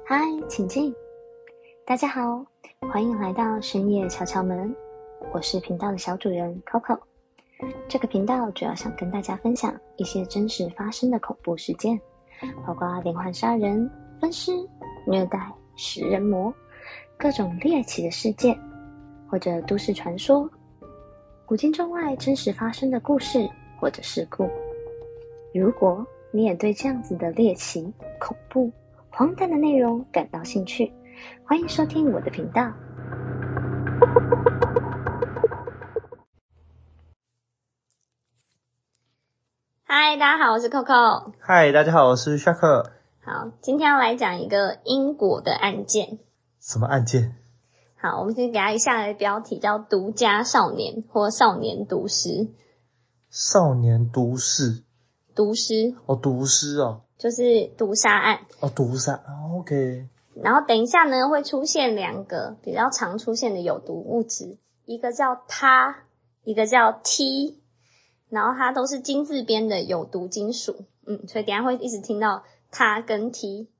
嗨，请进。大家好，欢迎来到深夜敲敲门，我是频道的小主人 Coco。这个频道主要想跟大家分享一些真实发生的恐怖事件，包括连环杀人、分尸、虐待、食人魔，各种猎奇的事件，或者都市传说、古今中外真实发生的故事或者事故。如果你也对这样子的猎奇、恐怖、荒诞的内容感到兴趣，欢迎收听我的频道。嗨，大家好，我是 Coco。 嗨，大家好，我是 Shark。 好，今天要来讲一个英国的案件。 什么案件？ 好，我们先给它一下的标题叫独家少年或少年毒尸。 少年毒尸。 毒尸毒尸就是毒杀案。 毒杀，OK。 然后等一下呢，会出现两个比较常出现的有毒物质，一个叫铊，一个叫 T， 然后它都是金字边的有毒金属。所以等一下会一直听到铊跟 T。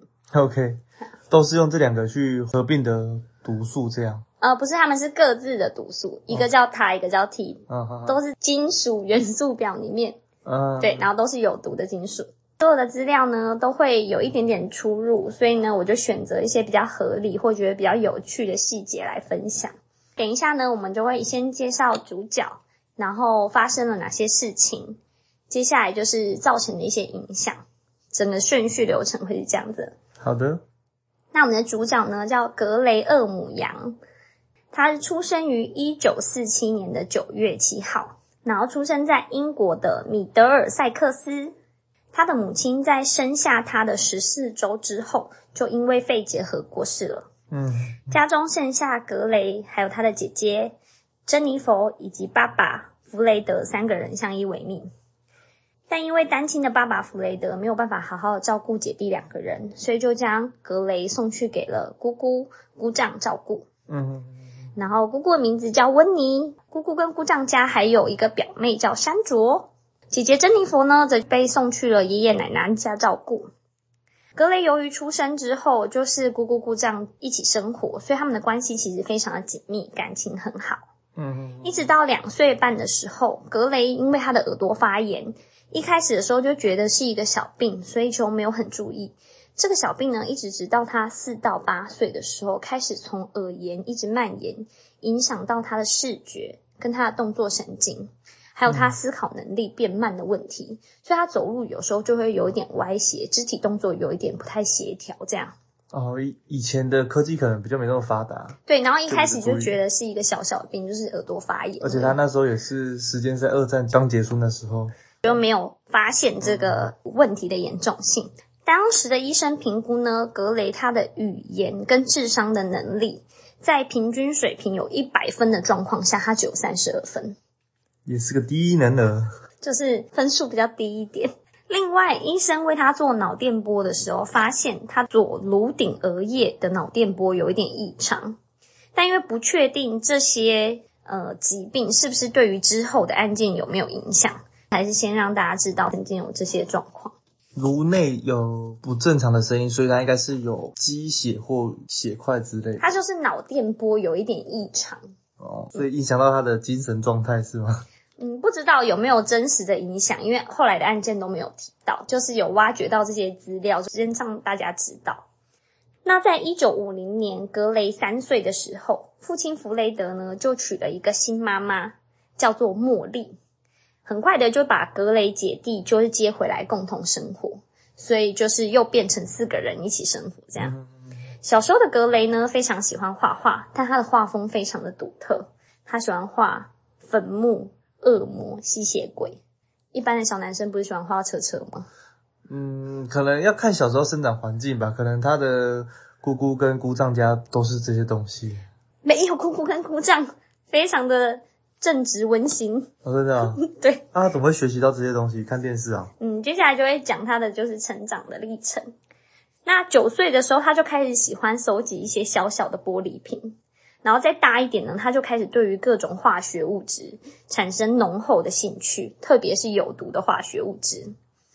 OK， 都是用这两个去合并的毒素这样。 不是，他们是各自的毒素，一个叫铊，一个叫 T， 都是金属元素表里面。对，然后都是有毒的金属。所有的资料呢都会有一点点出入，所以呢我就选择一些比较合理或觉得比较有趣的细节来分享。等一下呢我们就会先介绍主角，然后发生了哪些事情，接下来就是造成的一些影响，整个顺序流程会是这样子。 好的。 那我们的主角呢叫格雷厄姆杨，他是出生于1947年的9月7号，然后出生在英国的米德尔塞克斯。他的母亲在生下他的14周之后就因为肺结核过世了。家中剩下格雷还有他的姐姐珍妮佛以及爸爸弗雷德3个人相依为命。但因为单亲的爸爸弗雷德没有办法好好照顾姐弟2个人，所以就将格雷送去给了姑姑姑丈照顾。然后姑姑的名字叫温妮，姑姑跟姑丈家还有一个表妹叫珊卓。姐姐珍妮佛呢则被送去了爷爷奶奶家照顾。格雷由于出生之后就是姑姑姑丈一起生活，所以他们的关系其实非常的紧密，感情很好。一直到2岁半的时候，格雷因为他的耳朵发炎，一开始的时候就觉得是一个小病，所以就没有很注意。这个小病呢一直到他4到8岁的时候，开始从耳炎一直蔓延，影响到他的视觉跟他的动作神经，还有他思考能力变慢的问题，所以他走路有时候就会有一点歪斜，肢体动作有一点不太协调这样。 以前的科技可能比较没那么发达。 对，然后一开始就觉得是一个小小的病，就是耳朵发炎。 而且他那时候也是时间在2战刚结束那时候， 就没有发现这个问题的严重性。当时的医生评估呢，格雷他的语言跟智商的能力在平均水平有100分的状况下，他只有32分。 也是个低能儿， 就是分数比较低一点。另外，医生为他做脑电波的时候，发现他左颅顶额叶的脑电波有一点异常，但因为不确定这些疾病是不是对于之后的案件有没有影响，还是先让大家知道曾经有这些状况。 颅内有不正常的声音，所以他应该是有积血或血块之类的。 他就是脑电波有一点异常。 所以影响到他的精神状态是吗？ 不知道有没有真实的影响，因为后来的案件都没有提到，就是有挖掘到这些资料，先让大家知道。那在1950年，格雷3岁的时候，父亲弗雷德呢就娶了一个新妈妈，叫做茉莉。很快的就把格雷姐弟就是接回来共同生活，所以就是又变成4个人一起生活这样。小时候的格雷呢非常喜欢画画，但他的画风非常的独特，他喜欢画坟墓、恶魔、吸血鬼。一般的小男生不是喜欢画车车吗？ 可能要看小时候生长环境吧，可能他的姑姑跟姑丈家都是这些东西。 没有，姑姑跟姑丈非常的正直温馨。 真的啊？ 对。 他怎么会学习到这些东西？看电视啊？ 接下来就会讲他的就是成长的历程。那9岁的时候，他就开始喜欢收集一些小小的玻璃瓶，然后再大一点呢，他就开始对于各种化学物质产生浓厚的兴趣，特别是有毒的化学物质。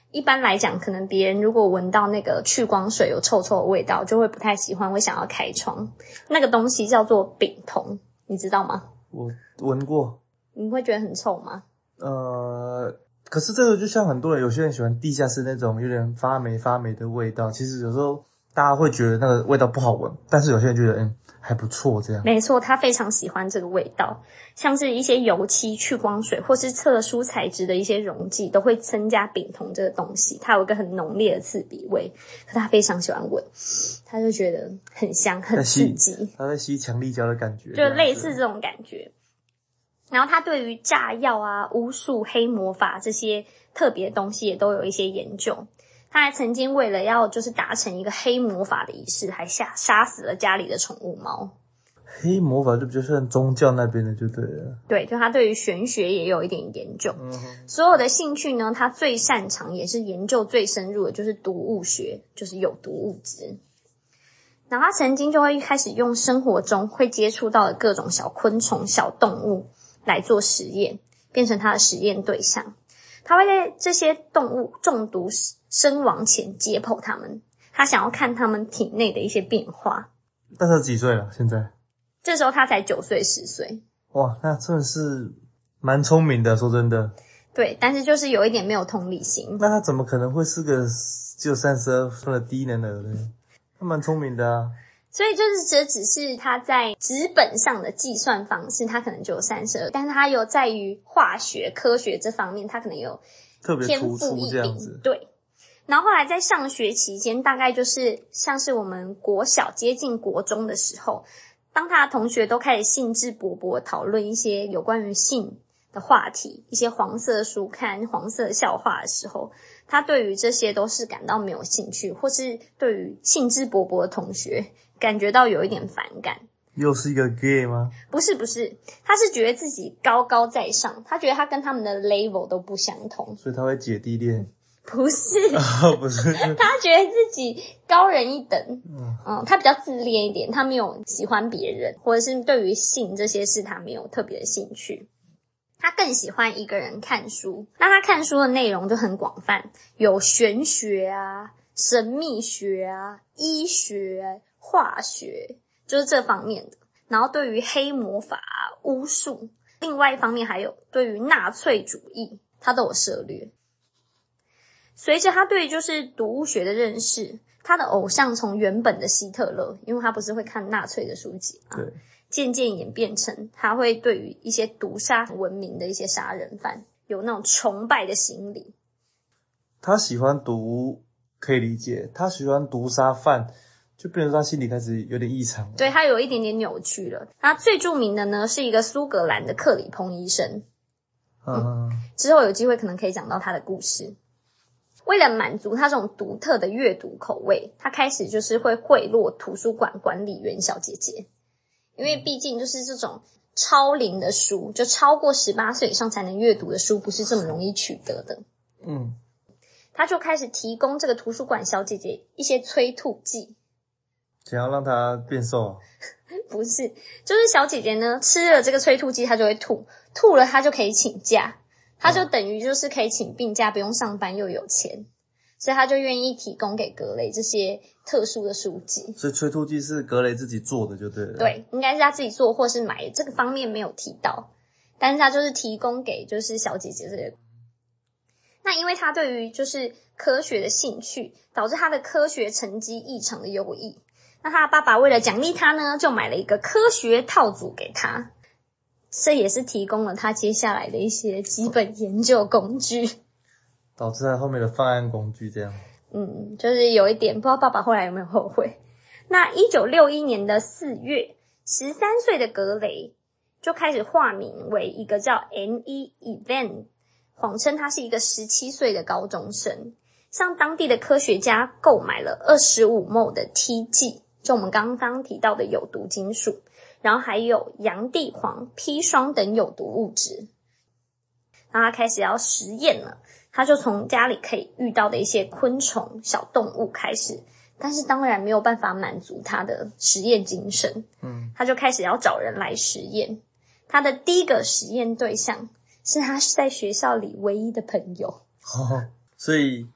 一般来讲，可能别人如果闻到那个去光水有臭臭的味道，就会不太喜欢，会想要开窗。那个东西叫做丙酮，你知道吗？ 我闻过。 你会觉得很臭吗？ 可是这个就像很多人，有些人喜欢地下室那种有点发霉的味道，其实有时候大家会觉得那个味道不好闻，但是有些人觉得还不错这样。 没错，他非常喜欢这个味道，像是一些油漆、去光水或是特殊材质的一些溶剂都会增加丙酮这个东西，它有一个很浓烈的刺鼻味，可他非常喜欢闻，他就觉得很香很刺激， 他在吸强力胶的感觉， 就类似这种感觉。然后他对于炸药啊、巫术、黑魔法这些特别的东西也都有一些研究。他还曾经为了要就是达成一个黑魔法的仪式，还杀死了家里的宠物猫。 黑魔法就比较像宗教那边的就对了。 对，就他对于玄学也有一点研究。所有的兴趣呢，他最擅长也是研究最深入的就是毒物学，就是有毒物质。然后他曾经就会开始用生活中会接触到的各种小昆虫、小动物来做实验，变成他的实验对象。他会在这些动物中毒身亡前解剖它们，他想要看它们体内的一些变化。 但他几岁了？现在？ 这时候他才9岁10岁。 哇，那真的是蛮聪明的，说真的。 对，但是就是有一点没有同理心。 那他怎么可能会是个只有32分的低能儿呢？他蛮聪明的啊。 所以就是这只是他在纸本上的计算方式，他可能就有32，但是他有在于化学科学这方面，他可能有特别突出天赋异禀。 这样子。 对。然后后来在上学期间，大概就是像是我们国小接近国中的时候，当他的同学都开始兴致勃勃讨论一些有关于性的话题，一些黄色书刊、黄色笑话的时候，他对于这些都是感到没有兴趣，或是对于兴致勃勃的同学感觉到有一点反感。 又是一个 gay 吗？ 不是，他是觉得自己高高在上，他觉得他跟他们的 level 都不相同， 所以他会姐弟恋。 不是不是他觉得自己高人一等。他比较自恋一点，他没有喜欢别人，或者是对于性这些事他没有特别的兴趣。他更喜欢一个人看书，那他看书的内容就很广泛，有玄学啊、神秘学啊、医学、化学，就是这方面的。然后对于黑魔法啊、巫术，另外一方面还有对于纳粹主义，他都有涉猎。随着他对就是毒物学的认识，他的偶像从原本的希特勒，因为他不是会看纳粹的书籍嘛， 对， 渐渐演变成他会对于一些毒杀闻名的一些杀人犯有那种崇拜的心理。 他喜欢毒可以理解，他喜欢毒杀犯，就变成他心里开始有点异常了。 对，他有一点点扭曲了。他最著名的呢是一个苏格兰的克里彭医生。之后有机会可能可以讲到他的故事。为了满足他这种独特的阅读口味，他开始就是会贿赂图书馆管理员小姐姐，因为毕竟就是这种超龄的书，就超过18岁以上才能阅读的书，不是这么容易取得的。他就开始提供这个图书馆小姐姐一些催吐剂， 想要让她变瘦。 不是，就是小姐姐呢吃了这个催吐剂，她就会吐，吐了她就可以请假，她就等于就是可以请病假，不用上班又有钱，所以她就愿意提供给格雷这些特殊的书籍。 所以催吐剂是格雷自己做的就对了。 对，应该是他自己做或是买的，这个方面没有提到，但是他就是提供给就是小姐姐这个。那因为他对于就是科学的兴趣，导致他的科学成绩异常的优异。那他的爸爸为了奖励他呢，就买了一个科学套组给他，这也是提供了他接下来的一些基本研究工具， 导致他后面的犯案工具这样。 就是有一点不知道爸爸后来有没有后悔。那1961年的4月，13岁的格雷就开始化名为一个叫 N.E. Event， 谎称他是一个17岁的高中生，向当地的科学家购买了25ml 的 T 剂，就我们刚刚提到的有毒金属，然后还有洋地黄、砒霜等有毒物质。然后他开始要实验了，他就从家里可以遇到的一些昆虫、小动物开始，但是当然没有办法满足他的实验精神。他就开始要找人来实验。他的第一个实验对象是他在学校里唯一的朋友。 所以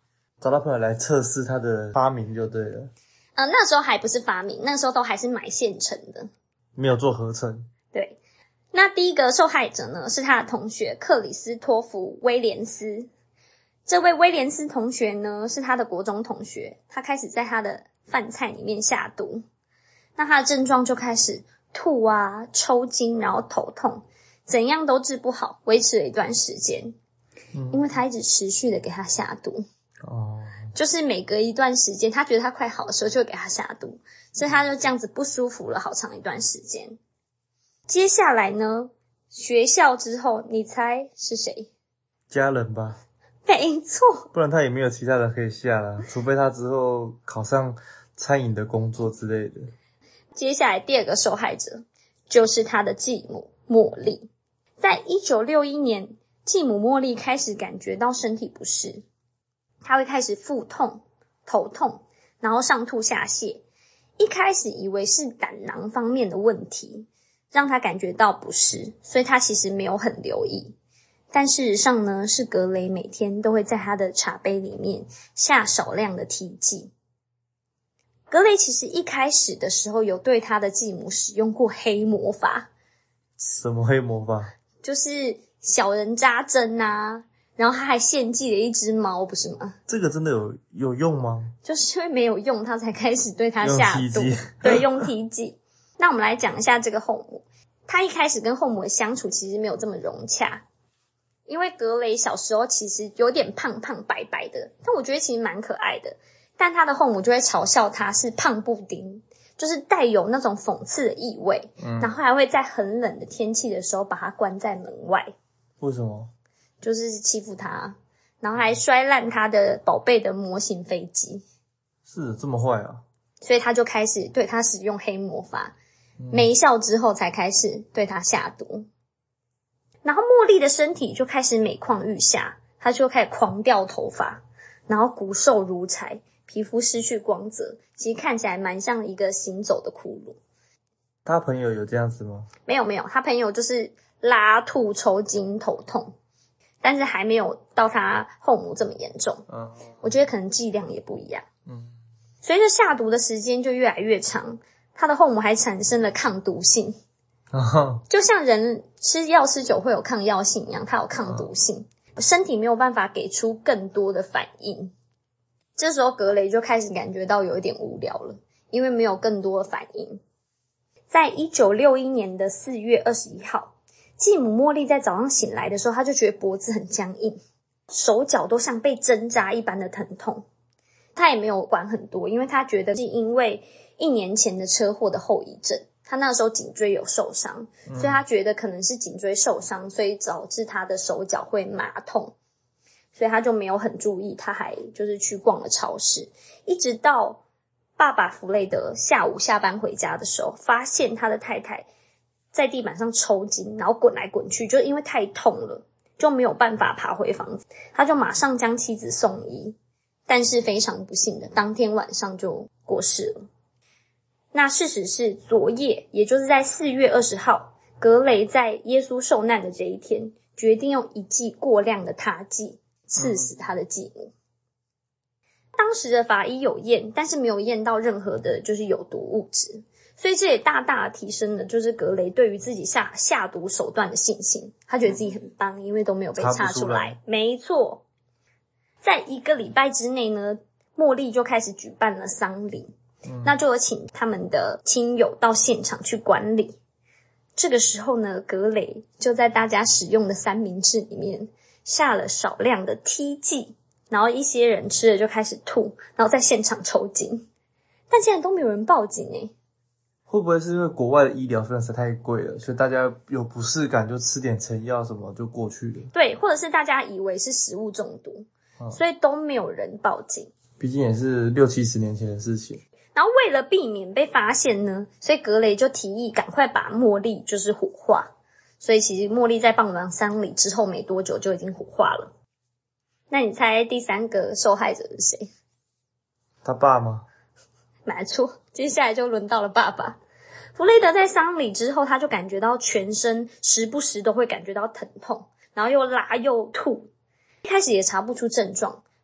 找到朋友来测试他的发明就对了。 那时候还不是发明，那时候都还是买现成的， 没有做合成。 对。那第一个受害者呢，是他的同学克里斯托弗·威廉斯。这位威廉斯同学呢，是他的国中同学，他开始在他的饭菜里面下毒。那他的症状就开始吐啊、抽筋，然后头痛，怎样都治不好，维持了一段时间。因为他一直持续的给他下毒。就是每隔一段时间，他觉得他快好的时候就会给他下毒，所以他就这样子不舒服了好长一段时间。接下来呢，学校之后，你猜是谁？ 家人吧。 没错。 不然他也没有其他人可以下了，除非他之后考上餐饮的工作之类的。 接下来第二个受害者就是他的继母茉莉。在1961年，继母茉莉开始感觉到身体不适，她会开始腹痛、头痛，然后上吐下泻。一开始以为是胆囊方面的问题，让她感觉到不适，所以她其实没有很留意。但事实上呢，是格雷每天都会在他的茶杯里面下少量的梯剂。格雷其实一开始的时候有对他的继母使用过黑魔法。 什么黑魔法？ 就是小人扎针啊，然后他还献祭了一只猫，不是吗？ 这个真的有用吗？ 就是因为没有用，他才开始对他下毒。 用梯剂。 对，用梯剂。那我们来讲一下这个后母。他一开始跟后母的相处其实没有这么融洽，因为格雷小时候其实有点胖胖白白的，但我觉得其实蛮可爱的。但他的后母就会嘲笑他是胖布丁，就是带有那种讽刺的意味。然后还会在很冷的天气的时候把他关在门外。 为什么？ 就是欺负他，然后还摔烂他的宝贝的模型飞机。 是这么坏啊？ 所以他就开始对他使用黑魔法，没效之后才开始对他下毒。然后茉莉的身体就开始每况愈下，她就开始狂掉头发，然后骨瘦如柴，皮肤失去光泽，其实看起来蛮像一个行走的骷髅。 他朋友有这样子吗？ 没有，他朋友就是拉吐、抽筋、头痛，但是还没有到他后母这么严重。我觉得可能剂量也不一样。随着下毒的时间就越来越长，他的后母还产生了抗毒性。就像人吃药吃久会有抗药性一样，它有抗毒性，身体没有办法给出更多的反应。这时候格雷就开始感觉到有一点无聊了，因为没有更多的反应。在1961年的4月21号，继母茉莉在早上醒来的时候，她就觉得脖子很僵硬，手脚都像被针扎一般的疼痛。她也没有管很多，因为她觉得是因为1年前的车祸的后遗症。他那时候颈椎有受伤，所以他觉得可能是颈椎受伤，所以导致他的手脚会麻痛，所以他就没有很注意，他还就是去逛了超市。一直到爸爸弗雷德下午下班回家的时候，发现他的太太在地板上抽筋，然后滚来滚去，就因为太痛了，就没有办法爬回房子。他就马上将妻子送医，但是非常不幸的，当天晚上就过世了。那事实是昨夜，也就是在4月20号，格雷在耶稣受难的这一天，决定用一剂过量的他剂刺死他的继母。当时的法医有验，但是没有验到任何的就是有毒物质，所以这也大大的提升了就是格雷对于自己下毒手段的信心。他觉得自己很棒，因为都没有被查出来。没错。在1个礼拜之内呢，茉莉就开始举办了丧礼。那就有请他们的亲友到现场去管理。这个时候呢，格雷就在大家使用的三明治里面下了少量的梯剂，然后一些人吃了就开始吐，然后在现场抽筋，但竟然都没有人报警耶。 会不会是因为国外的医疗实在太贵了，所以大家有不适感就吃点成药什么就过去了？ 对，或者是大家以为是食物中毒，所以都没有人报警。 毕竟也是60-70年前的事情。 然后为了避免被发现呢，所以格雷就提议赶快把茉莉就是火化。所以其实茉莉在办完丧礼之后没多久就已经火化了。那你猜第3个受害者是谁？ 他爸吗？ 没错，接下来就轮到了爸爸。弗雷德在丧礼之后，他就感觉到全身时不时都会感觉到疼痛，然后又拉又吐。一开始也查不出症状，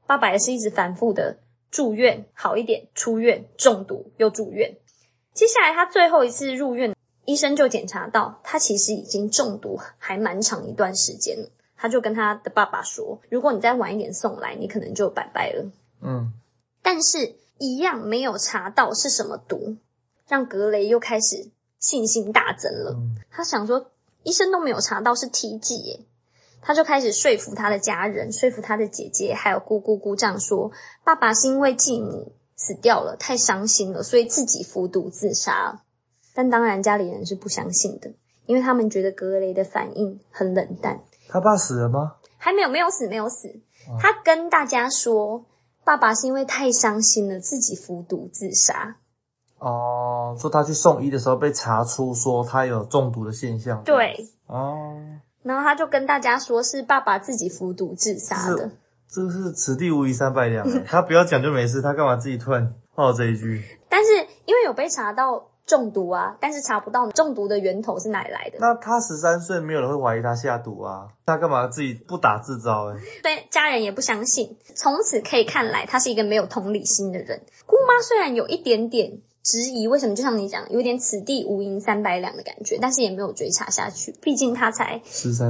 爸爸也是一直反复的住院，好一点，出院，中毒，又住院。接下来他最后一次入院，医生就检查到他其实已经中毒还蛮长一段时间了。他就跟他的爸爸说，如果你再晚一点送来，你可能就拜拜了。但是一样没有查到是什么毒，让格雷又开始信心大增了。他想说医生都没有查到是 TG 耶，他就开始说服他的家人，说服他的姐姐还有姑姑姑丈说，爸爸是因为继母死掉了，太伤心了，所以自己服毒自杀。但当然家里人是不相信的，因为他们觉得格雷的反应很冷淡。 他爸死了吗？ 还没有死。他跟大家说，爸爸是因为太伤心了，自己服毒自杀。 说他去送医的时候被查出说他有中毒的现象。 对。然后他就跟大家说是爸爸自己服毒自杀的。 这个是此地无银三百两他不要讲就没事，他干嘛自己突然报这一句？但是因为有被查到中毒啊，但是查不到中毒的源头是哪里来的。 那他13岁，没有人会怀疑他下毒啊，他干嘛自己不打自招对，家人也不相信。从此可以看来他是一个没有同理心的人。姑妈虽然有一点点质疑为什么，就像你讲有点此地无银三百两的感觉，但是也没有追查下去，毕竟他才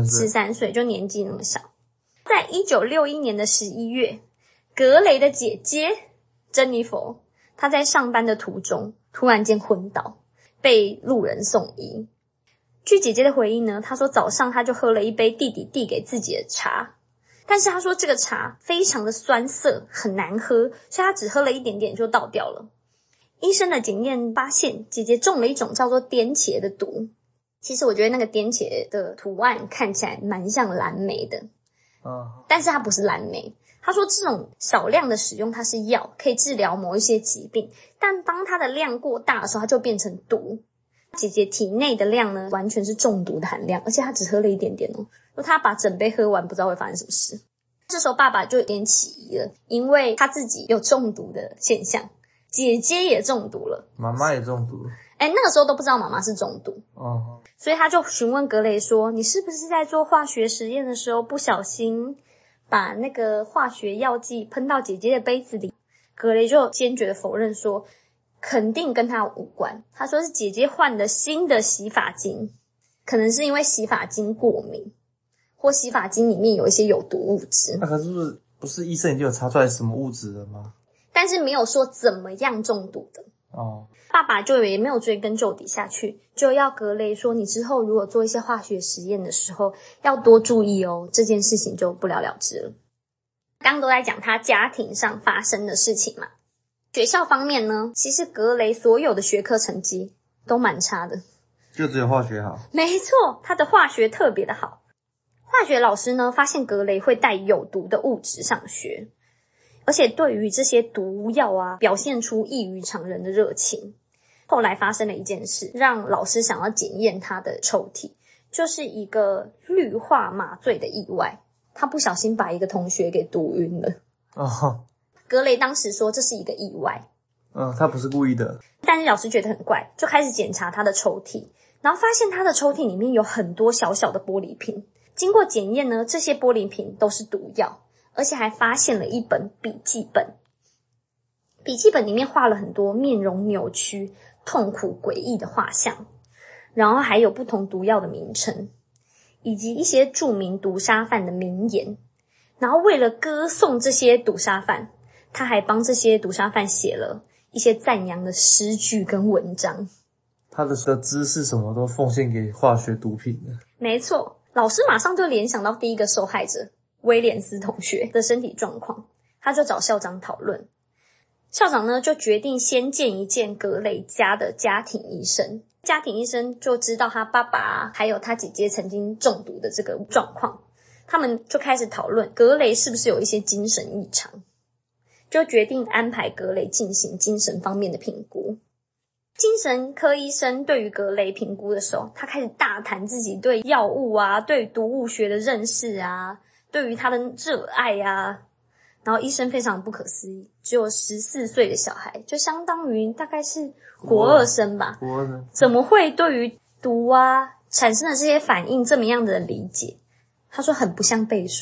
13岁，就年纪那么小。在1961年的11月，格雷的姐姐珍妮佛，她在上班的途中突然间昏倒，被路人送医。据姐姐的回忆呢，她说早上她就喝了一杯弟弟递给自己的茶，但是她说这个茶非常的酸涩，很难喝，所以她只喝了一点点就倒掉了。医生的检验发现姐姐中了一种叫做颠茄的毒。其实我觉得那个颠茄的图案看起来蛮像蓝莓的，但是它不是蓝莓。他说这种少量的使用它是药，可以治疗某一些疾病，但当它的量过大的时候，它就变成毒。姐姐体内的量呢，完全是中毒的含量，而且她只喝了一点点如果她把整杯喝完，不知道会发生什么事。这时候爸爸就有点起疑了，因为他自己有中毒的现象，姐姐也中毒了， 妈妈也中毒了。 那个时候都不知道妈妈是中毒。所以他就询问格雷说，你是不是在做化学实验的时候不小心把那个化学药剂喷到姐姐的杯子里？格雷就坚决的否认说，肯定跟他无关。他说是姐姐换的新的洗发精，可能是因为洗发精过敏，或洗发精里面有一些有毒物质。 那可是不是医生已经有查出来什么物质了吗？ 但是没有说怎么样中毒的。爸爸就也没有追根究底下去，就要格雷说，你之后如果做一些化学实验的时候要多注意这件事情就不了了之了。刚刚都在讲他家庭上发生的事情嘛。学校方面呢，其实格雷所有的学科成绩都蛮差的， 就只有化学好。 没错，他的化学特别的好。化学老师呢，发现格雷会带有毒的物质上学，而且对于这些毒药表现出异于常人的热情。后来发生了一件事，让老师想要检验他的抽屉，就是一个氯化麻醉的意外。他不小心把一个同学给毒晕了。格雷当时说这是一个意外。 他不是故意的。 但是老师觉得很怪，就开始检查他的抽屉，然后发现他的抽屉里面有很多小小的玻璃瓶。经过检验呢，这些玻璃瓶都是毒药，而且还发现了一本笔记本。笔记本里面画了很多面容扭曲、痛苦诡异的画像，然后还有不同毒药的名称，以及一些著名毒杀犯的名言。然后为了歌颂这些毒杀犯，他还帮这些毒杀犯写了一些赞扬的诗句跟文章。 他的知识什么都奉献给化学毒品的。 没错，老师马上就联想到第一个受害者威廉斯同学的身体状况，他就找校长讨论。校长呢就决定先见一见格雷家的家庭医生。家庭医生就知道他爸爸还有他姐姐曾经中毒的这个状况，他们就开始讨论格雷是不是有一些精神异常，就决定安排格雷进行精神方面的评估。精神科医生对于格雷评估的时候，他开始大谈自己对药物对毒物学的认识对于他的热爱然后医生非常不可思议，只有14岁的小孩，就相当于大概是国二生吧， 国二生怎么会对于毒产生的这些反应这么样的理解？他说很不像背书，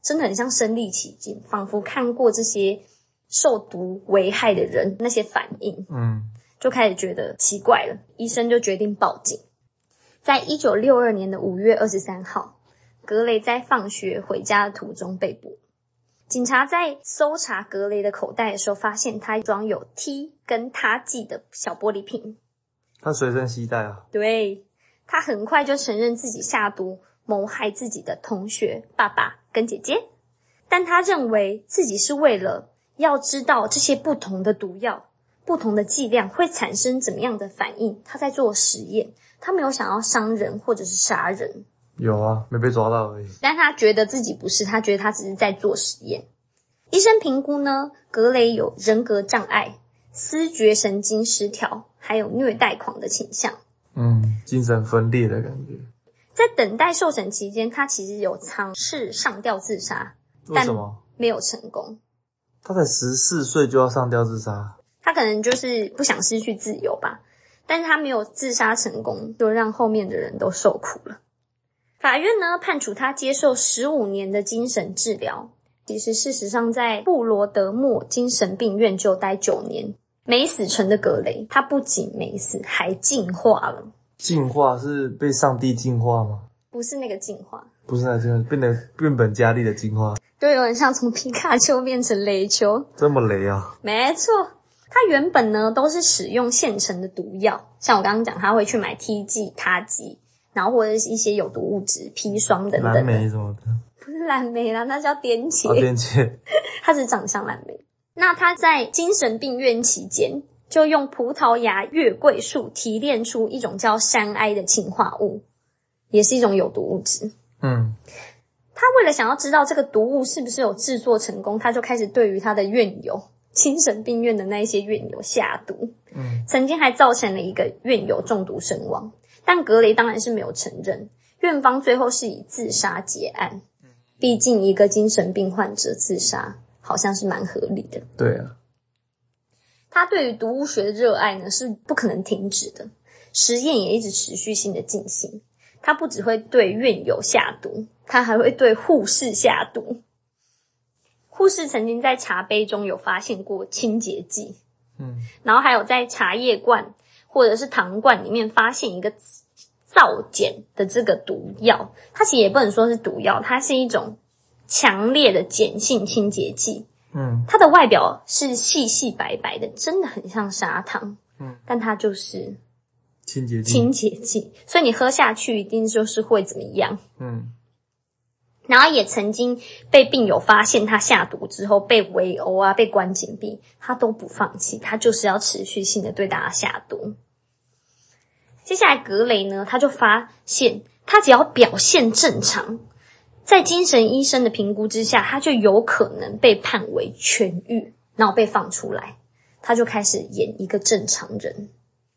真的很像身临其境，仿佛看过这些受毒危害的人那些反应，就开始觉得奇怪了。医生就决定报警。在1962年的5月23号，格雷在放学回家的途中被捕。警察在搜查格雷的口袋的时候，发现他装有 T 跟他剂的小玻璃瓶。 他随身携带啊？ 对，他很快就承认自己下毒谋害自己的同学、爸爸跟姐姐，但他认为自己是为了要知道这些不同的毒药、不同的剂量会产生怎么样的反应，他在做实验，他没有想要伤人或者是杀人。 有啊，没被抓到而已。 但他觉得自己不是，他觉得他只是在做实验。医生评估呢，格雷有人格障碍、思觉神经失调，还有虐待狂的倾向。 精神分裂的感觉。 在等待受审期间，他其实有尝试上吊自杀， 为什么？ 没有成功。 他才14岁就要上吊自杀？ 他可能就是不想失去自由吧，但是他没有自杀成功，就让后面的人都受苦了。法院呢判处他接受15年的精神治疗。其实事实上在布罗德莫精神病院就待9年。没死成的格雷，他不仅没死，还进化了。 进化是被上帝进化吗？ 不是那个进化， 不是那个进化，变本加厉的进化， 就有点像从皮卡丘变成雷丘。 这么雷啊？ 没错，他原本呢都是使用现成的毒药，像我刚刚讲，他会去买 T 剂、他剂，然后或者是一些有毒物质、砒霜等等的。 蓝莓什么的？ 不是蓝莓啦，那叫颠茄。 颠茄。 它只长相蓝莓。那他在精神病院期间，就用葡萄牙月桂树提炼出一种叫山埃的氰化物，也是一种有毒物质。他为了想要知道这个毒物是不是有制作成功，他就开始对于他的院友，精神病院的那一些院友下毒。曾经还造成了一个院友中毒身亡，但格雷当然是没有承认。院方最后是以自杀结案，毕竟一个精神病患者自杀好像是蛮合理的。 对啊。 他对于毒物学的热爱呢是不可能停止的，实验也一直持续性的进行。他不只会对院友下毒，他还会对护士下毒。护士曾经在茶杯中有发现过清洁剂，然后还有在茶叶罐或者是糖罐里面发现一个皂碱的这个毒药。它其实也不能说是毒药，它是一种强烈的碱性清洁剂。它的外表是细细白白的，真的很像砂糖。但它就是清洁剂，所以你喝下去一定就是会怎么样。然后也曾经被病友发现他下毒之后被围殴啊，被关禁闭，他都不放弃，他就是要持续性的对大家下毒。接下来格雷呢，他就发现他只要表现正常，在精神医生的评估之下，他就有可能被判为痊愈，然后被放出来，他就开始演一个正常人。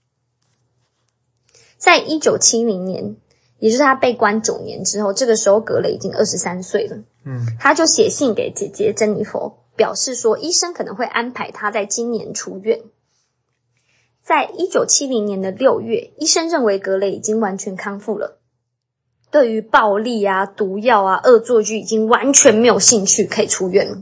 在1970年，也就是他被关9年之后，这个时候格雷已经23岁了。他就写信给姐姐珍妮佛，表示说医生可能会安排他在今年出院。在1970年的6月，医生认为格雷已经完全康复了，对于暴力啊、毒药啊、恶作剧已经完全没有兴趣，可以出院了。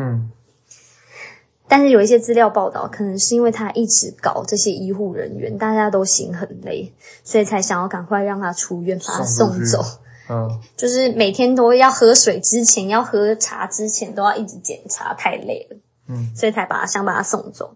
但是有一些资料报道，可能是因为他一直搞这些医护人员，大家都心很累，所以才想要赶快让他出院，把他送走。就是每天都要喝水之前，要喝茶之前都要一直检查，太累了。所以才想把他送走。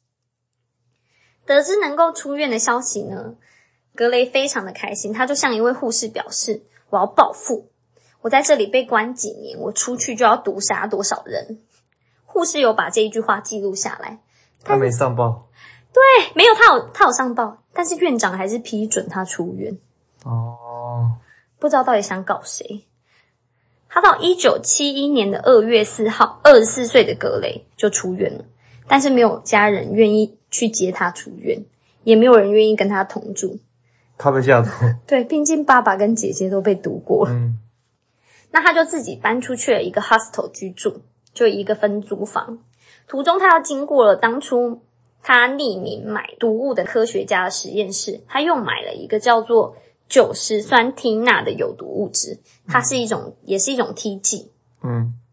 得知能够出院的消息呢，格雷非常的开心，他就向一位护士表示，我要报复，我在这里被关几年，我出去就要毒杀多少人。护士有把这一句话记录下来， 他没上报。 对，没有，他有上报，但是院长还是批准他出院。不知道到底想搞谁。他到1971年的2月4号，24岁的格雷就出院了，但是没有家人愿意去接他出院，也没有人愿意跟他同住。 他被下毒。 对，毕竟爸爸跟姐姐都被毒过了。那他就自己搬出去了一个 hostel 居住，就一个分租房。途中他要经过了当初他匿名买毒物的科学家的实验室，他又买了一个叫做90酸烃钠的有毒物质，它是也是一种 T 剂。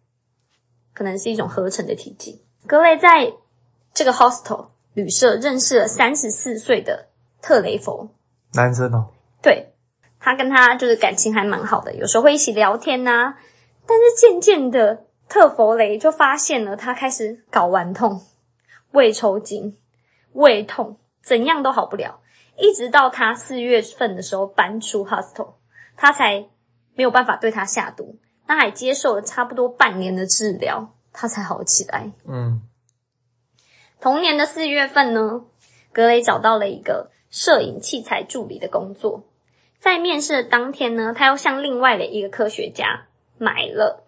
可能是一种合成的体积。格雷在这个 hostel 旅社认识了34岁的特雷弗， 男生哦。 对，他跟他就是感情还蛮好的，有时候会一起聊天啊。但是渐渐的，特弗雷就发现了他开始睾丸痛、胃抽筋、胃痛，怎样都好不了。一直到他4月份的时候搬出 hostel， 他才没有办法对他下毒。他还接受了差不多半年的治疗，他才好起来。同年的4月份呢，格雷找到了一个摄影器材助理的工作。在面试的当天呢，他又向另外的一个科学家买了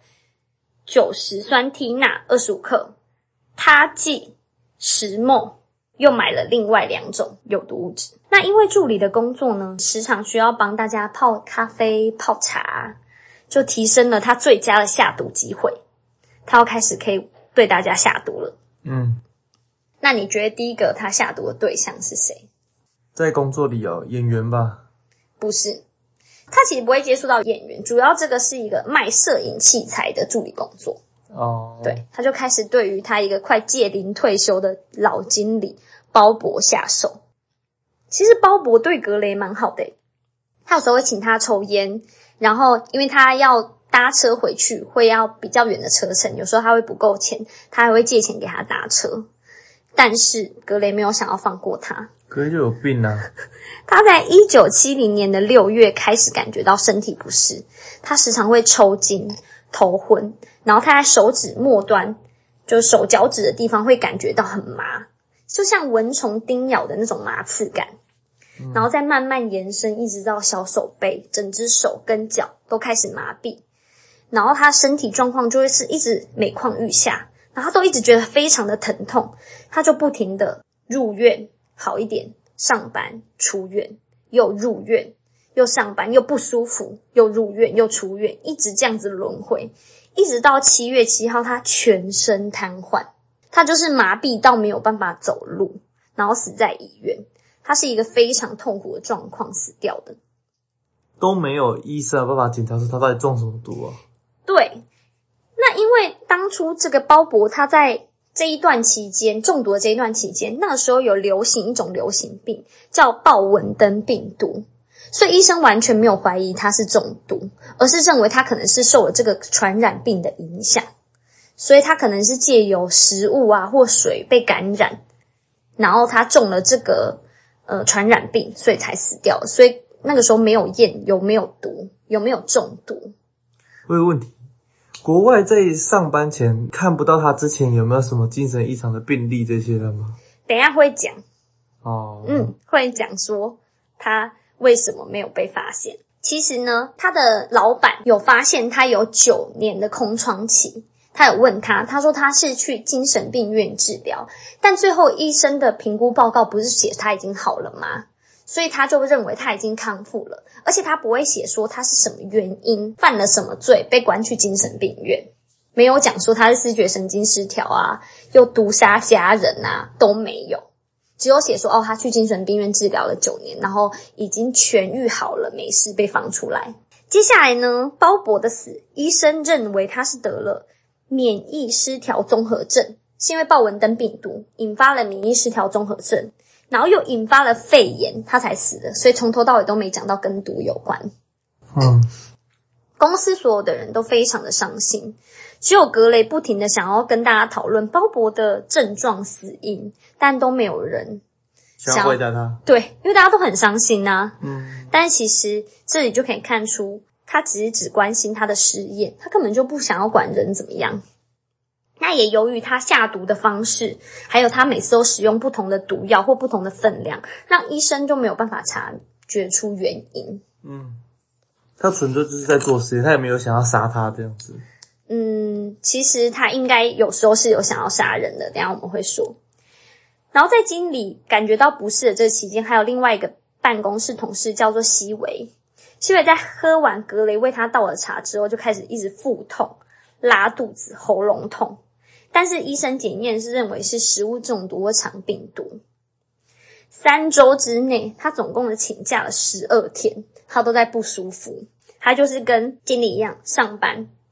90酸砼钠25克，他剂10ml，又买了另外2种有毒物质。那因为助理的工作呢，时常需要帮大家泡咖啡、泡茶，就提升了他最佳的下毒机会。他要开始可以对大家下毒了。那你觉得第一个他下毒的对象是谁？ 在工作里演员吧？ 不是，他其实不会接触到演员，主要这个是一个卖摄影器材的助理工作。对，他就开始对于他一个快届龄退休的老经理鲍勃下手。其实鲍勃对格雷蛮好的，他有时候会请他抽烟，然后因为他要搭车回去会要比较远的车程，有时候他会不够钱，他还会借钱给他搭车。但是格雷没有想要放过他， 格雷就有病啊。 他在1970年的6月开始感觉到身体不适，他时常会抽筋、头昏，然后他在手指末端，就是手脚趾的地方会感觉到很麻，就像蚊虫叮咬的那种麻刺感，然后再慢慢延伸，一直到小手背，整只手跟脚都开始麻痹，然后他身体状况就会是一直每况愈下，然后他都一直觉得非常的疼痛，他就不停的入院，好一点，上班，出院，又入院，又上班，又不舒服，又入院，又出院，一直这样子轮回，一直到7月7号他全身瘫痪，他就是麻痹到没有办法走路，然后死在医院。他是一个非常痛苦的状况死掉的， 都没有医生有办法检查出他到底中什么毒啊？ 对，那因为当初这个鲍勃他在这一段期间中毒的这一段期间，那个时候有流行一种流行病叫豹纹灯病毒，所以医生完全没有怀疑他是中毒，而是认为他可能是受了这个传染病的影响，所以他可能是借由食物啊或水被感染，然后他中了这个传染病，所以才死掉了。所以那个时候没有验有没有毒，有没有中毒。 我有问题，国外在上班前看不到他之前有没有什么精神异常的病例这些的吗？ 等一下会讲会讲说他为什么没有被发现。其实呢，他的老板有发现他有9年的空窗期，他有问他，他说他是去精神病院治疗，但最后医生的评估报告不是写他已经好了吗？所以他就认为他已经康复了，而且他不会写说他是什么原因犯了什么罪被关去精神病院，没有讲说他是思觉神经失调啊，又毒杀家人啊，都没有，只有写说他去精神病院治疗了9年，然后已经痊愈好了，没事被放出来。接下来呢，鲍勃的死，医生认为他是得了免疫失调综合症，是因为豹纹灯病毒引发了免疫失调综合症，然后又引发了肺炎，他才死的，所以从头到尾都没讲到跟毒有关。公司所有的人都非常的伤心，只有格雷不停的想要跟大家讨论鲍勃的症状死因，但都没有人想要回答他。 对，因为大家都很伤心啊。但其实这里就可以看出他只关心他的实验，他根本就不想要管人怎么样。那也由于他下毒的方式，还有他每次都使用不同的毒药或不同的分量，让医生就没有办法察觉出原因。 他纯粹就是在做实验，他也没有想要杀他这样子。 其实他应该有时候是有想要杀人的，等一下我们会说。然后在经理感觉到不适的这期间，还有另外一个办公室同事叫做西维。西维在喝完格雷为他倒了茶之后，就开始一直腹痛、拉肚子、喉咙痛，但是医生检验是认为是食物中毒或肠病毒。3周之内，他总共的请假了12天，他都在不舒服。他就是跟经理一样上班，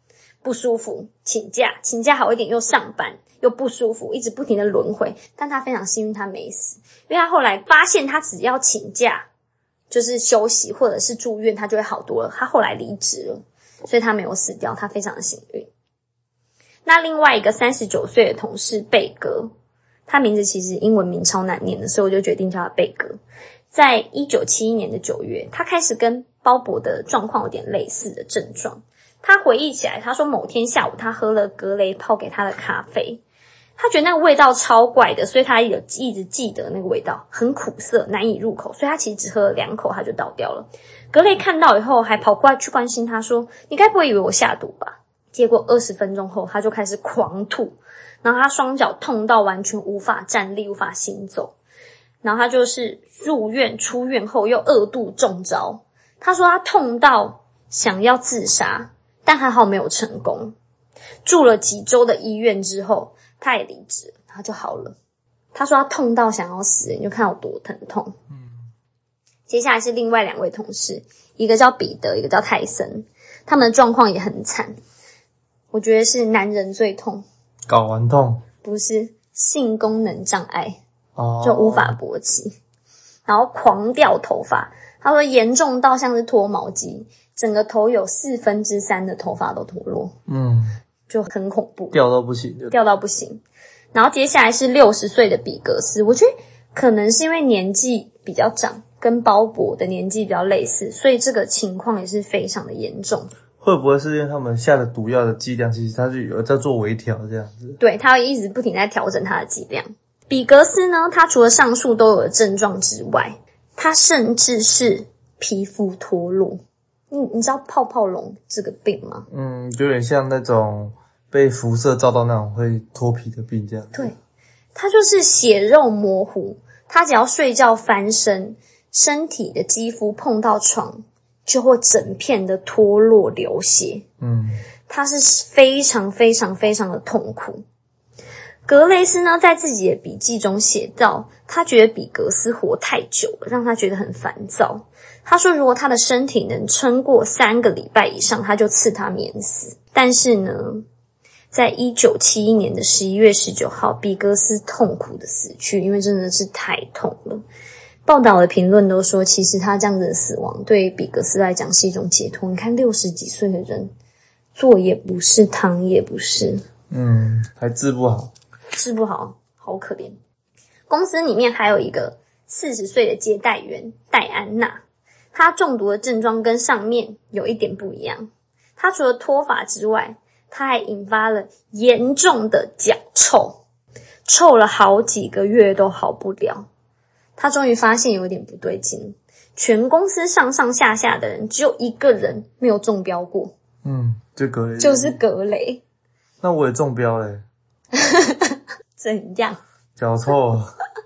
不舒服，请假，请假好一点又上班，又不舒服，一直不停的轮回。但他非常幸运他没死，因为他后来发现他只要请假就是休息或者是住院他就会好多了，他后来离职了，所以他没有死掉，他非常的幸运。那另外一个39岁的同事贝格，他名字其实英文名超难念的，所以我就决定叫他贝格。在1971年的9月，他开始跟鲍勃的状况有点类似的症状。他回忆起来，他说某天下午他喝了格雷泡给他的咖啡，他觉得那个味道超怪的，所以他一直记得那个味道很苦涩难以入口，所以他其实只喝了2口他就倒掉了。格雷看到以后还跑过来去关心他说，你该不会以为我下毒吧？结果20分钟后他就开始狂吐，然后他双脚痛到完全无法站立无法行走，然后他就是入院出院后又2度中招。他说他痛到想要自杀，但还好没有成功。住了几周的医院之后他也离职了，他就好了。他说他痛到想要死，你就看有多疼痛。接下来是另外2位同事，一个叫彼得，一个叫泰森，他们的状况也很惨。我觉得是男人最痛， 睾丸痛， 不是性功能障碍， 哦， 就无法勃起，然后狂掉头发。他说严重到像是脱毛机，整个头有3/4的头发都脱落，就很恐怖， 掉到不行， 掉到不行。然后接下来是60岁的比格斯，我觉得可能是因为年纪比较长，跟鲍勃的年纪比较类似，所以这个情况也是非常的严重。 会不会是因为他们下的毒药的剂量其实他就有在做微调这样子？ 对，他会一直不停在调整他的剂量。比格斯呢，他除了上述都有的症状之外，他甚至是皮肤脱落。你知道泡泡龙这个病吗？ 有点像那种被辐射照到那种会脱皮的病这样子。 对，他就是血肉模糊，他只要睡觉翻身，身体的肌肤碰到床就会整片的脱落流血。他是非常非常非常的痛苦。格雷斯呢，在自己的笔记中写道，他觉得比格斯活太久了，让他觉得很烦躁。他说如果他的身体能撑过3个礼拜以上，他就赐他免死。但是呢，在1971年的11月19号，比格斯痛苦的死去，因为真的是太痛了。报道的评论都说，其实他这样子的死亡对于比格斯来讲是一种解脱。你看60几岁的人，坐也不是，躺也不是， 还治不好， 治不好，好可怜。公司里面还有一个40岁的接待员戴安娜，她中毒的症状跟上面有一点不一样。她除了脱发之外，她还引发了严重的脚臭，臭了好几个月都好不了。她终于发现有点不对劲，全公司上上下下的人只有1个人没有中标过，就是格雷。 那我也中标嘞。 怎样？ 脚臭。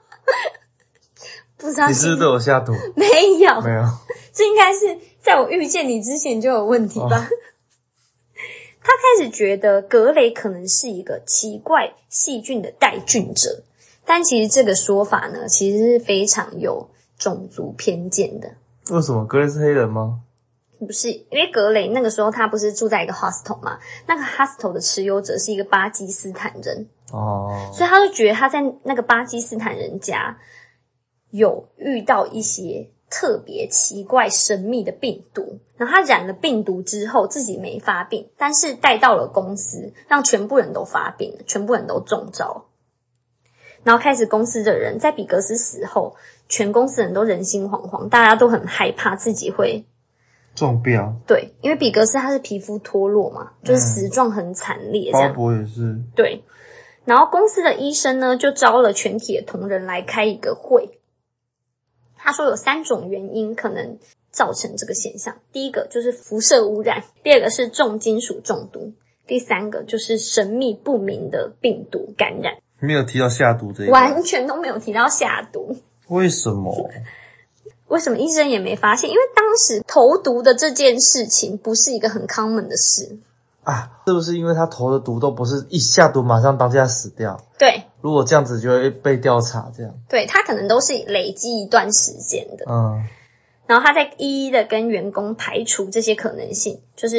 不知道你是不是对我下毒？ 没有， 没有， 这应该是在我遇见你之前就有问题吧。他开始觉得格雷可能是一个奇怪细菌的带菌者，但其实这个说法呢，其实是非常有种族偏见的。 为什么？格雷是黑人吗？ 不是，因为格雷那个时候他不是住在一个 hostel 嘛，那个 hostel 的持有者是一个巴基斯坦人，所以他就觉得他在那个巴基斯坦人家有遇到一些特别奇怪神秘的病毒，然后他染了病毒之后自己没发病，但是带到了公司，让全部人都发病了，全部人都中招。然后开始公司的人在比格斯死后，全公司人都人心惶惶，大家都很害怕自己会中标。 对，因为比格斯他是皮肤脱落嘛，就是死状很惨烈这样。 鲍勃也是。 对，然后公司的医生呢就招了全体的同仁来开一个会。他说有3种原因可能造成这个现象，第一个就是辐射污染，第二个是重金属中毒，第3个就是神秘不明的病毒感染。 没有提到下毒这一个， 完全都没有提到下毒。 为什么？ 为什么医生也没发现？因为当时投毒的这件事情不是一个很 common 的事啊，是不是因为他投的毒都不是一下毒马上当下死掉？ 对， 如果这样子就会被调查这样。 对，他可能都是累积一段时间的。然后他在一一的跟员工排除这些可能性，就是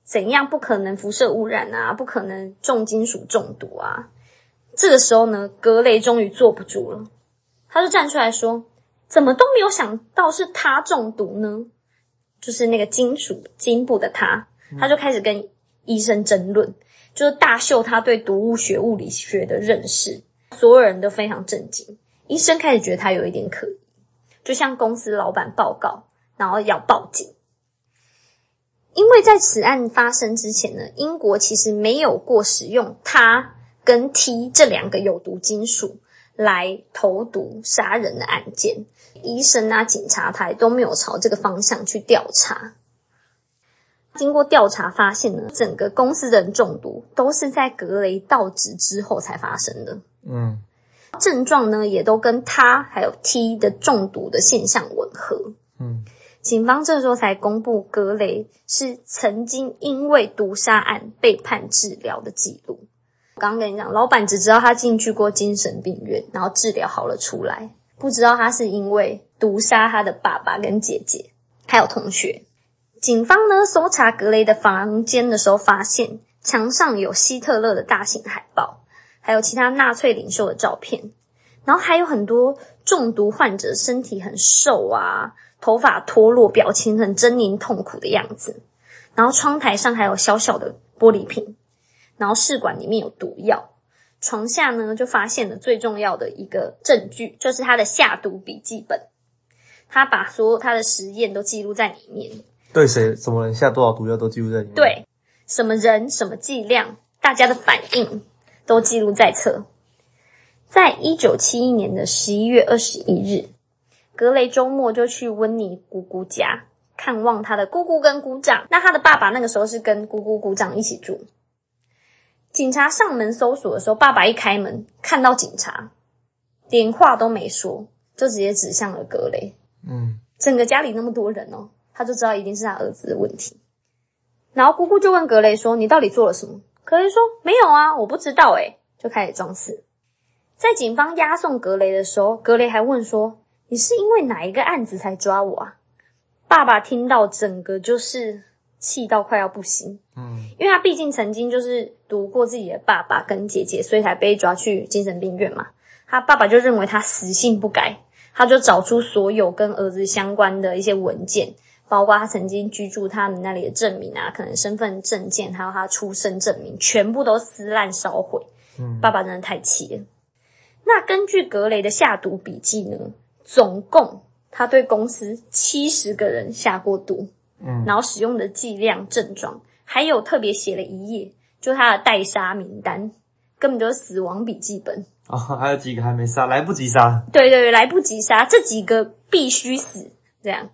怎样不可能辐射污染啊，不可能重金属中毒啊。这个时候呢，格雷终于坐不住了，他就站出来说，怎么都没有想到是他中毒呢？就是那个金部的他就开始跟医生争论，就是大秀他对毒物学、物理学的认识，所有人都非常震惊。医生开始觉得他有一点可疑，就向公司老板报告，然后要报警。因为在此案发生之前呢，英国其实没有过使用铊跟 T 这2个有毒金属来投毒杀人的案件，医生啊、警察台都没有朝这个方向去调查。经过调查发现呢，整个公司的人中毒都是在格雷到职之后才发生的。症状呢也都跟他还有 T 的中毒的现象吻合。警方这时候才公布格雷是曾经因为毒杀案被判治疗的记录。我刚刚跟你讲，老板只知道他进去过精神病院，然后治疗好了出来，不知道他是因为毒杀他的爸爸跟姐姐还有同学。警方呢搜查格雷的房间的时候，发现墙上有希特勒的大型海报，还有其他纳粹领袖的照片，然后还有很多中毒患者身体很瘦啊，头发脱落，表情很狰狞痛苦的样子。然后窗台上还有小小的玻璃瓶，然后试管里面有毒药。床下呢就发现了最重要的一个证据，就是他的下毒笔记本，他把所有他的实验都记录在里面。 对谁什么人下多少毒药都记录在里面。 对，什么人什么剂量，大家的反应都记录在册。在1971年的11月21日，格雷周末就去温妮姑姑家看望他的姑姑跟姑丈。那他的爸爸那个时候是跟姑姑姑丈一起住。警察上门搜索的时候，爸爸一开门看到警察，连话都没说，就直接指向了格雷。整个家里那么多人哦，他就知道一定是他儿子的问题。然后姑姑就问格雷说，你到底做了什么？格雷说，没有啊，我不知道诶，就开始装死。在警方押送格雷的时候，格雷还问说，你是因为哪一个案子才抓我啊？爸爸听到整个就是气到快要不行。因为他毕竟曾经就是毒过自己的爸爸跟姐姐，所以才被抓去精神病院嘛。他爸爸就认为他死性不改，他就找出所有跟儿子相关的一些文件，包括他曾经居住他们那里的证明啊，可能身份证件，还有他出生证明，全部都撕烂烧毁。爸爸真的太气了。那根据格雷的下毒笔记呢，总共他对公司70个人下过毒，然后使用的剂量、症状，还有特别写了一页，就他的待杀名单，根本就是死亡笔记本。 还有几个还没杀，来不及杀。 对，来不及杀，这几个必须死，这样。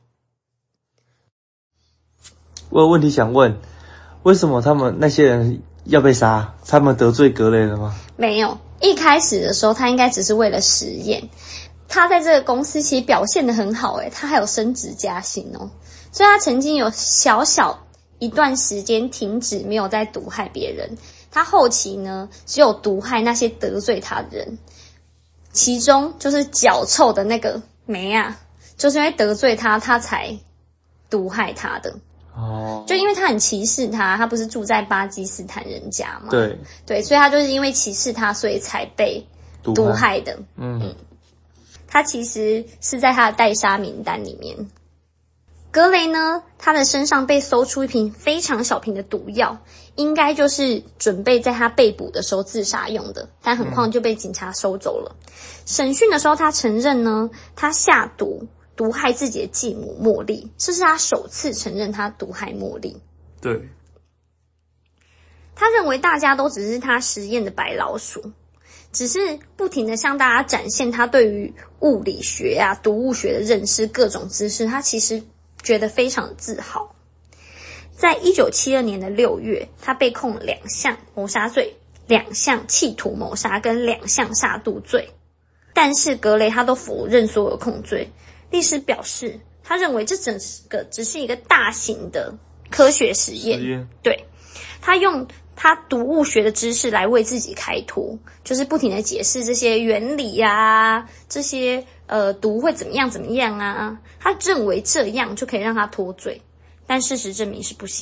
我有问题想问，为什么他们那些人要被杀？他们得罪格雷了吗？ 没有，一开始的时候他应该只是为了实验。他在这个公司其实表现得很好他还有升职加薪哦，所以他曾经有小一段时间停止没有再毒害别人。他后期呢只有毒害那些得罪他的人，其中就是脚臭的那个梅啊，就是因为得罪他才毒害他的。就因为他很歧视他不是住在巴基斯坦人家嘛，对，所以他就是因为歧视他，所以才被毒害的。他其实是在他的待杀名单里面。格雷呢，他的身上被搜出一瓶非常小瓶的毒药，应该就是准备在他被捕的时候自杀用的，但很快就被警察收走了。审讯的时候他承认呢，他下毒害自己的继母茉莉，这是他首次承认他毒害茉莉。 对， 他认为大家都只是他实验的白老鼠，只是不停的向大家展现他对于物理学啊、毒物学的认识，各种知识，他其实觉得非常自豪。在1972年的6月，他被控了2项谋杀罪、2项企图谋杀跟2项杀戮罪，但是格雷他都否认所有控罪。律师表示，他认为这整个只是一个大型的科学实验，对，他用他毒物学的知识来为自己开脱，就是不停的解释这些原理啊，这些毒会怎么样啊，他认为这样就可以让他脱罪，但事实证明是不行的。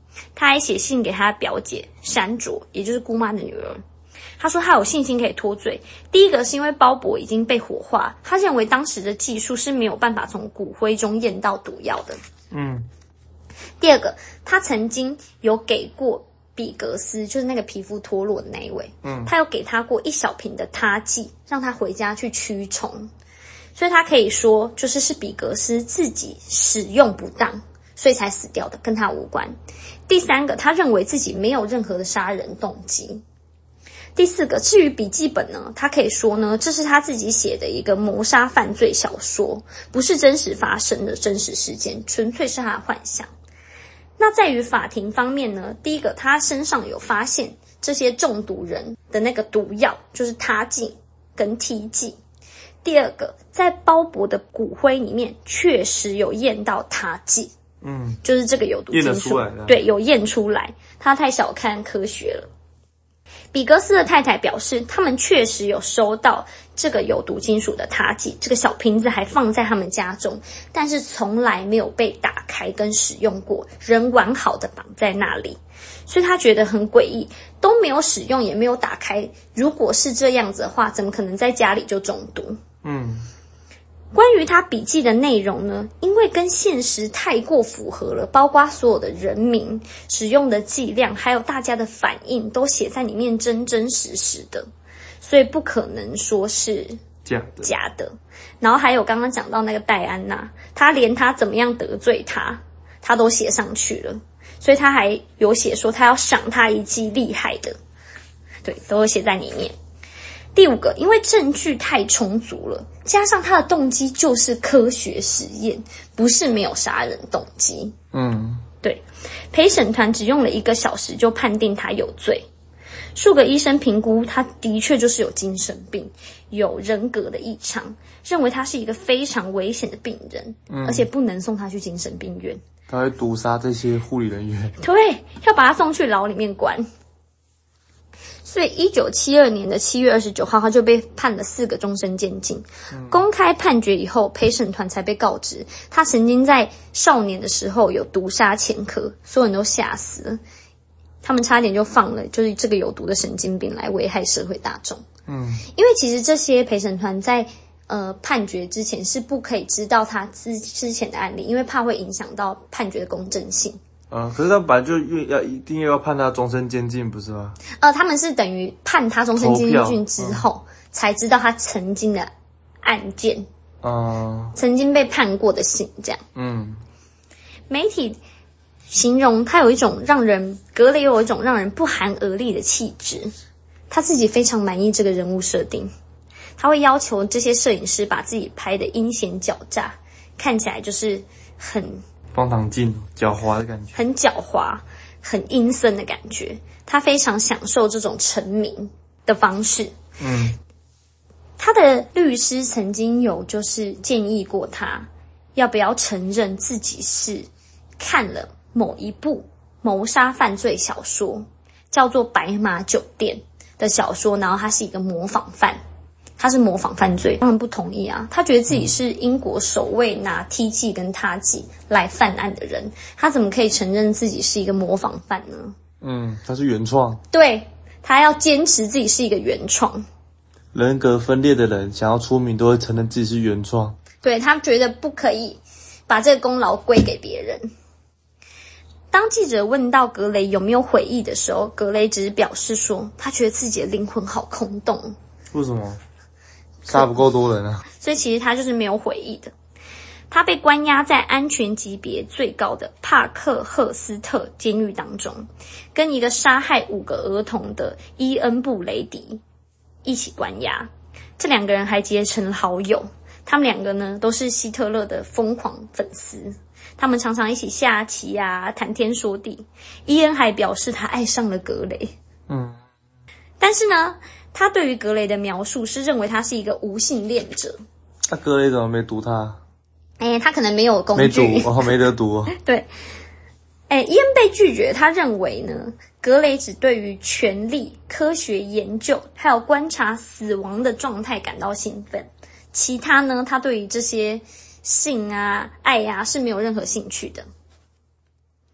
他还写信给他的表姐珊卓，也就是姑妈的女儿。他说他有信心可以脱罪。第一个是因为鲍勃已经被火化，他认为当时的技术是没有办法从骨灰中验到毒药的。第二个，他曾经有给过比格斯，就是那个皮肤脱落的那一位，他有给他过1小瓶的他剂，让他回家去驱虫。所以他可以说是比格斯自己使用不当，所以才死掉的，跟他无关。第三个，他认为自己没有任何的杀人动机。第四个，至于笔记本呢，他可以说呢，这是他自己写的一个谋杀犯罪小说，不是真实发生的真实事件，纯粹是他的幻想。那在于法庭方面呢，第一个，他身上有发现这些中毒人的那个毒药，就是他剂跟 T 剂。第二个，在鲍勃的骨灰里面确实有验到他剂，就是这个有毒金属， 验得出来的， 对，有验出来。他太小看科学了。比格斯的太太表示，他们确实有收到这个有毒金属的他剂，这个小瓶子还放在他们家中，但是从来没有被打开跟使用过，仍完好的绑在那里。所以他觉得很诡异，都没有使用也没有打开，如果是这样子的话，怎么可能在家里就中毒？关于他笔记的内容呢，因为跟现实太过符合了，包括所有的人名、使用的剂量，还有大家的反应都写在里面真真实实的，所以不可能说是假的。然后还有刚刚讲到那个戴安娜，他连他怎么样得罪他都写上去了，所以他还有写说他要赏他一记厉害的，对，都有写在里面。第五个，因为证据太充足了，加上他的动机就是科学实验，不是没有杀人动机。对，陪审团只用了1个小时就判定他有罪。数个医生评估他的确就是有精神病，有人格的异常，认为他是一个非常危险的病人，而且不能送他去精神病院。 他会毒杀这些护理人员。 对，要把他送去牢里面关。所以1972年的7月29号，他就被判了4个终身监禁。公开判决以后，陪审团才被告知，他曾经在少年的时候有毒杀前科，所有人都吓死了。他们差点就放了就是这个有毒的神经病来危害社会大众。因为其实这些陪审团在判决之前是不可以知道他之前的案例，因为怕会影响到判决的公正性。 可是他本来就一定要判他终身监禁，不是吗？ 他们是等于判他终身监禁之后，才知道他曾经的案件，曾经被判过的刑这样。媒体形容他有一种格雷有一种让人不寒而栗的气质，他自己非常满意这个人物设定，他会要求这些摄影师把自己拍得阴险狡诈，看起来就是很荒唐镜，狡猾的感觉， 很狡猾，很阴森的感觉。他非常享受这种成名的方式。他的律师曾经有就是建议过他，要不要承认自己是看了某一部谋杀犯罪小说，叫做《白马酒店》的小说，然后他是一个模仿犯。他是模仿犯罪，当然不同意啊！他觉得自己是英国首位拿 T 剂跟他剂来犯案的人，他怎么可以承认自己是一个模仿犯呢？ 他是原创， 对，他要坚持自己是一个原创。 人格分裂的人想要出名，都会承认自己是原创。 对，他觉得不可以把这个功劳归给别人。当记者问到格雷有没有悔意的时候，格雷只是表示说，他觉得自己的灵魂好空洞。 为什么？杀不够多人啊， 所以其实他就是没有悔意的。他被关押在安全级别最高的帕克赫斯特监狱当中，跟一个杀害5个儿童的伊恩布雷迪一起关押。这2个人还结成了好友，他们2个呢都是希特勒的疯狂粉丝，他们常常一起下棋啊，谈天说地。伊恩还表示他爱上了格雷。但是呢，他对于格雷的描述是认为他是一个无性恋者。 那格雷怎么没毒他？ 他可能没有工具， 没得毒。 对，伊恩被拒绝，他认为呢，格雷只对于权力、科学研究还有观察死亡的状态感到兴奋，其他呢，他对于这些性啊、爱啊是没有任何兴趣的。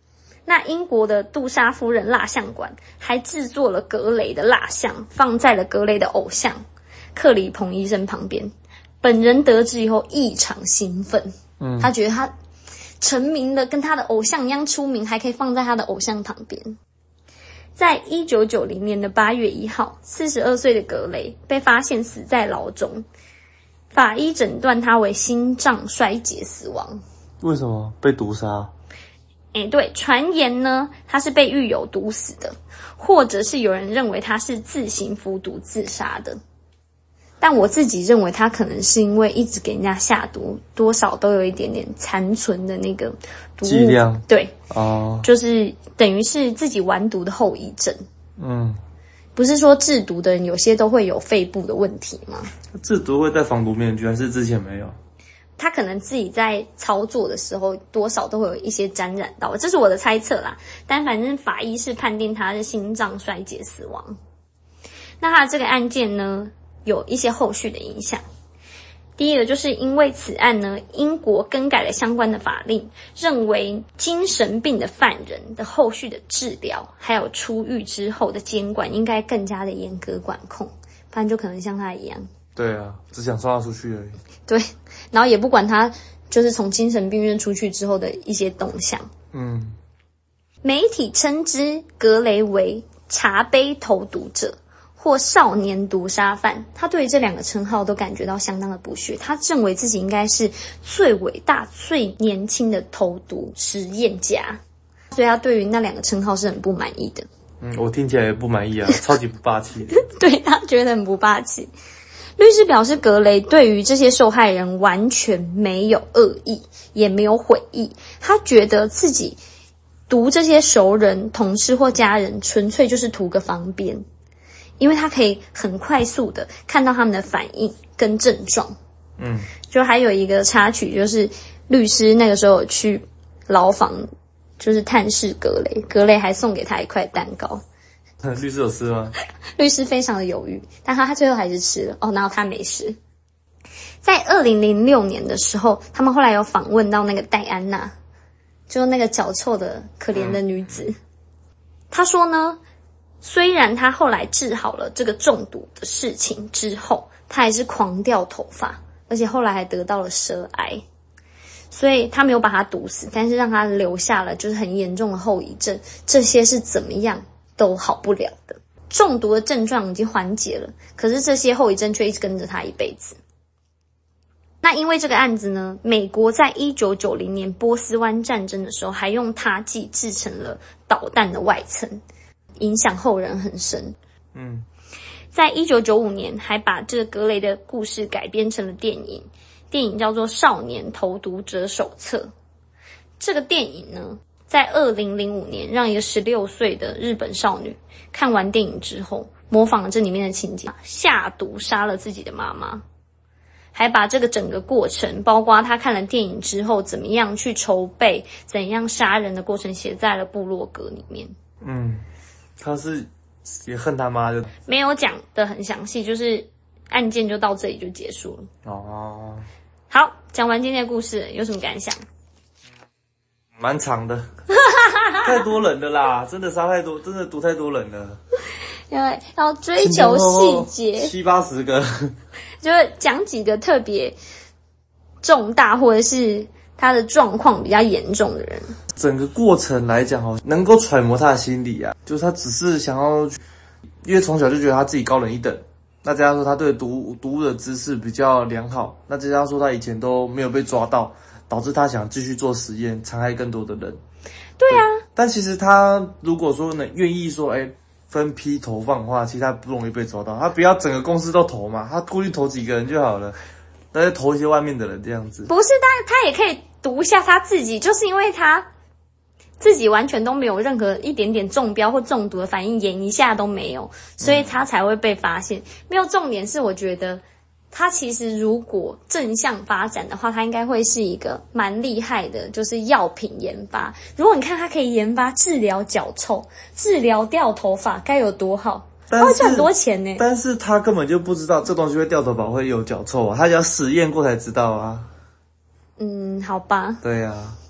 那英国的杜莎夫人蜡像馆还制作了格雷的蜡像，放在了格雷的偶像克里彭医生旁边。本人得知以后异常兴奋，他觉得他成名了，跟他的偶像一样出名，还可以放在他的偶像旁边。在1990年的8月1号，42岁的格雷被发现死在牢中，法医诊断他为心脏衰竭死亡。 为什么被毒杀？ 对，传言呢，他是被狱友毒死的，或者是有人认为他是自行服毒自杀的。但我自己认为他可能是因为一直给人家下毒，多少都有一点点残存的那个毒物剂量。 对，就是等于是自己完毒的后遗症。不是说制毒的人有些都会有肺部的问题吗？ 制毒会戴防毒面具，还是之前没有？ 他可能自己在操作的时候多少都会有一些沾染到，这是我的猜测啦。但反正法医是判定他是心脏衰竭死亡。那他的这个案件呢，有一些后续的影响。第一个就是因为此案呢，英国更改了相关的法令，认为精神病的犯人的后续的治疗，还有出狱之后的监管应该更加的严格管控，不然就可能像他一样。 对啊，只想送他出去而已。 对，然后也不管他就是从精神病院出去之后的一些动向。媒体称之格雷为茶杯投毒者或少年毒杀犯，他对于这两个称号都感觉到相当的不屑。他认为自己应该是最伟大、最年轻的投毒实验家，所以他对于那两个称号是很不满意的。 我听起来也不满意啊，超级不霸气。 对，他觉得很不霸气。律师表示，格雷对于这些受害人完全没有恶意，也没有悔意。他觉得自己毒这些熟人、同事或家人，纯粹就是图个方便，因为他可以很快速的看到他们的反应跟症状。就还有一个插曲，就是律师那个时候有去牢房，就是探视格雷，格雷还送给他一块蛋糕。 律师有吃吗？ 律师非常的犹豫，但他最后还是吃了。然后他没事。在2006年的时候，他们后来有访问到那个戴安娜，就是那个脚臭的可怜的女子。她说呢，虽然她后来治好了这个中毒的事情之后，她还是狂掉头发，而且后来还得到了舌癌。所以她没有把她毒死，但是让她留下了就是很严重的后遗症，这些是怎么样都好不了的。中毒的症状已经缓解了，可是这些后遗症却一直跟着他一辈子。那因为这个案子呢，美国在1990年波斯湾战争的时候，还用他剂制成了导弹的外层，影响后人很深。在1995年还把这个格雷的故事改编成了电影，电影叫做《少年投毒者手册》。这个电影呢，在2005年让一个16岁的日本少女看完电影之后，模仿了这里面的情节，下毒杀了自己的妈妈，还把这个整个过程，包括她看了电影之后怎么样去筹备，怎样杀人的过程写在了部落格里面。 他是也恨他妈，就没有讲得很详细，就是案件就到这里就结束了。好，讲完今天的故事，有什么感想？ 蛮长的，太多人了啦，真的杀太多，真的毒太多人了。 因为要追求细节 ，70-80个， 就是讲几个特别重大或者是他的状况比较严重的人。 整个过程来讲，能够揣摩他的心理啊，就是他只是想要，因为从小就觉得他自己高人一等，那加上说他对毒物的知识比较良好，那加上说他以前都没有被抓到，导致他想继续做实验，残害更多的人。 对啊， 但其实他如果说呢，愿意说，分批投放的话，其实他不容易被抓到。他不要整个公司都投嘛，他故意投几个人就好了，再投一些外面的人这样子。 不是，他也可以毒一下他自己，就是因为他自己完全都没有任何一点点中标或中毒的反应，演一下都没有，所以他才会被发现。没有，重点是我觉得他其实如果正向发展的话，他应该会是一个蛮厉害的，就是药品研发。如果你看他可以研发治疗脚臭、治疗掉头发，该有多好，他会赚很多钱呢。 但是他根本就不知道这东西会掉头发，会有脚臭啊，他只要实验过才知道啊。 好吧。 对啊。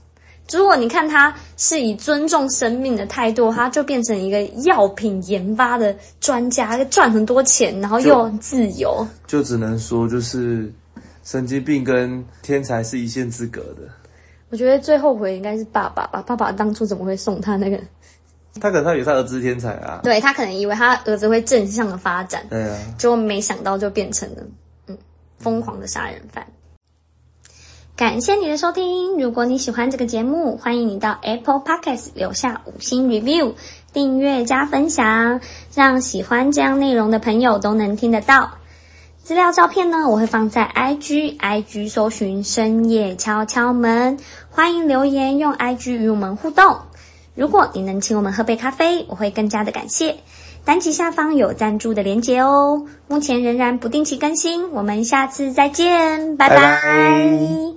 如果你看他是以尊重生命的态度，他就变成一个药品研发的专家，赚很多钱，然后又自由。 就只能说，就是神经病跟天才是一线之隔的。 我觉得最后悔应该是爸爸吧，爸爸当初怎么会送他那个？ 他可能他以为他儿子是天才啊， 对，他可能以为他儿子会正向的发展， 对啊， 结果没想到就变成了疯狂的杀人犯。感谢你的收听，如果你喜欢这个节目，欢迎你到 Apple Podcast 留下5星 review， 订阅加分享，让喜欢这样内容的朋友都能听得到。资料照片呢，我会放在 IG 搜寻深夜敲敲门，欢迎留言用 IG 与我们互动。如果你能请我们喝杯咖啡，我会更加的感谢。单集下方有赞助的连结哦，目前仍然不定期更新，我们下次再见，拜拜。